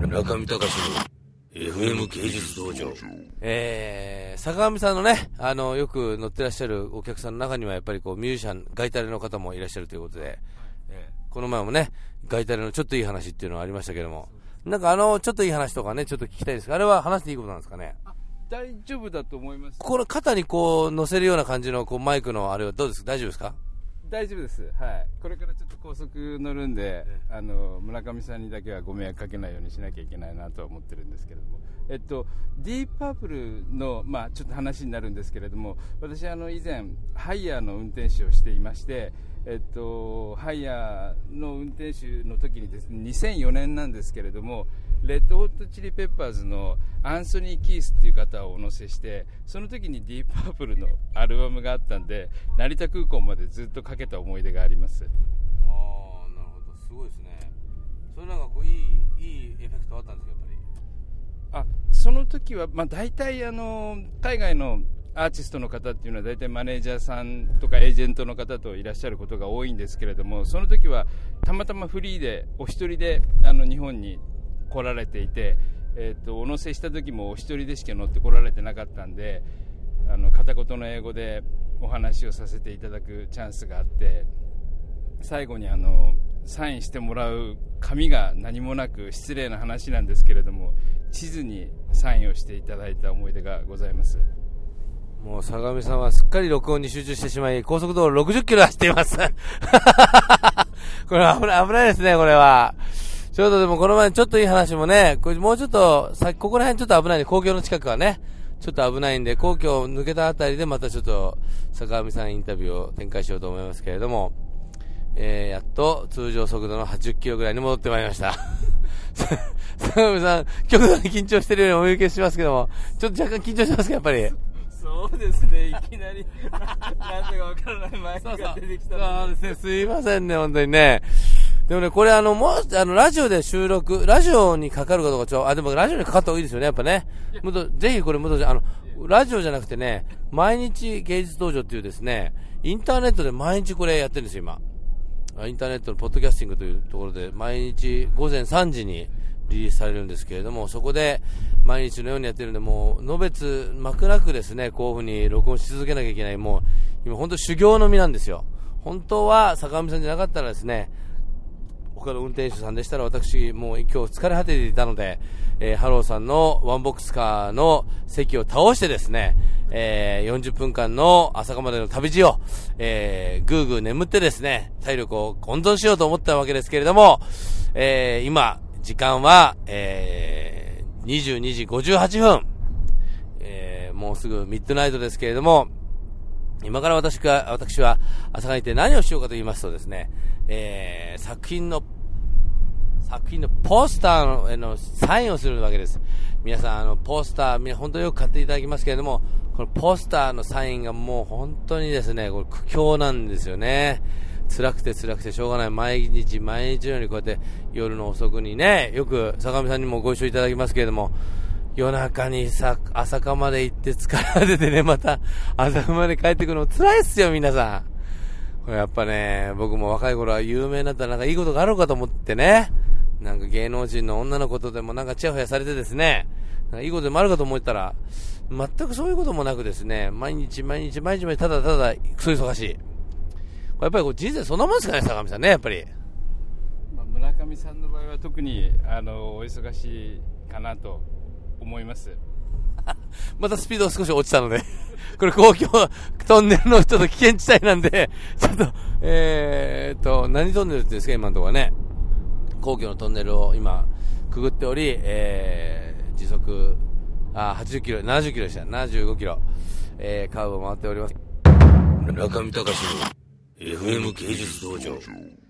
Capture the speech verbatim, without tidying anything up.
中見隆の エフエム 芸術道場。 えー、坂上さんのね、あのよく乗ってらっしゃるお客さんの中にはやっぱりこうミュージシャン、ガイタレの方もいらっしゃるということで、はい、えー、この前もねガイタレのちょっといい話っていうのがありましたけども、なんかあのちょっといい話とかねちょっと聞きたいですが、あれは話していいことなんですかね。 大丈夫だと思います。 この肩にこう乗せるような感じのこうマイクのあれはどうですか、大丈夫ですか。 大丈夫です、はい、これからちょっと高速乗るんで、あの村上さんにだけはご迷惑かけないようにしなきゃいけないなとは思ってるんですけれども、えっと、ディープパープルの、まあ、ちょっと話になるんですけれども、私あの以前ハイヤーの運転手をしていまして、えっと、ハイヤーの運転手の時にですね、にせんよねんなんですけれども、レッドホットチリペッパーズのアンソニー・キースっていう方をお乗せして、その時にディープパープルのアルバムがあったんで、成田空港までずっとかけた思い出があります。 ああ、なるほど、すごいですね。それなんかこういい、いいエフェクトあったんですか、やっぱり。 あ、その時は、まあ、大体あの海外のアーティストの方っていうのは大体マネージャーさんとかエージェントの方といらっしゃることが多いんですけれども、その時はたまたまフリーでお一人であの日本に来られていて、えー、とお乗せした時もお一人でしか乗って来られてなかったんで、あの片言の英語でお話をさせていただくチャンスがあって、最後にあのサインしてもらう紙が何もなく、失礼な話なんですけれども地図にサインをしていただいた思い出がございます。 もう相模さんはすっかり録音に集中してしまい、高速道路ろくじゅっキロ走っていますこれは危ない、危ないですね。これはちょっとでもこの前ちょっといい話もね、これもうちょっとさ、ここら辺ちょっと危ないんで、公共の近くはねちょっと危ないんで、皇居を抜けたあたりでまたちょっと坂上さんインタビューを展開しようと思いますけれども、えー、やっと通常速度のはちじゅっキロぐらいに戻ってまいりました坂上さん極度に緊張してるようにお見受けしますけども、ちょっと若干緊張してますか、やっぱり。 そうですね、いきなりなんだかわからないマイクが出てきたので。 そうですね、すいませんね、本当にね。でもね、これあの、もう、あの、ラジオで収録、ラジオにかかるかどうかちょ、あ、でもラジオにかかった方がいいですよね、やっぱね。もっと、ぜひこれもっと、あの、ラジオじゃなくてね、毎日芸術道場っていうですね、インターネットで毎日これやってるんですよ、今。インターネットのポッドキャスティングというところで、毎日ごぜんさんじにリリースされるんですけれども、そこで毎日のようにやってるんで、もう、のべつ幕なくですね、こういう風に録音し続けなきゃいけない、もう、今本当修行の身なんですよ。本当は坂上さんじゃなかったらですね、他の運転手さんでしたら、私もう今日疲れ果てていたので、えー、ハローさんのワンボックスカーの席を倒してですね、えー、よんじゅっぷんかんの朝霞までの旅路を、えー、ぐーぐー眠ってですね、体力を温存しようと思ったわけですけれども、えー、今時間は、えー、にじゅうにじごじゅうはっぷん、えー、もうすぐミッドナイトですけれども、今から私が、私は朝霞に行って何をしようかと言いますとですね、えー、作品の、作品のポスターの、えのサインをするわけです。皆さん、あの、ポスター、みんな本当によく買っていただきますけれども、このポスターのサインがもう本当にですね、これ苦境なんですよね。辛くて辛くてしょうがない。毎日毎日のようにこうやって夜の遅くにね、よく坂上さんにもご一緒いただきますけれども、夜中にさ、朝霞まで行って疲れててね、また朝霞まで帰ってくるの辛いっすよ、皆さん。これやっぱね、僕も若い頃は有名になったらなんかいいことがあるのかと思ってね、なんか芸能人の女の子とでもなんかチヤホヤされてですね、なんかいいことでもあるかと思ったら、全くそういうこともなくですね、毎日毎日毎日ただただクソ忙しい。これやっぱりこう人生そんなもんですかね、坂上さんね、やっぱり。 まあ、村上さんの場合は特にあのお忙しいかなと思いますまたスピードが少し落ちたのでこれ公共トンネルのちょっと危険地帯なんで、ちょっとえーっと何トンネルって言うんですか、今のところはね、公共のトンネルを今くぐっており、えー、時速あはちじゅっキロ、ななじゅっキロでした、ななじゅうごキロ、えー、カーブを回っております。 中見隆の エフエム 芸術道場。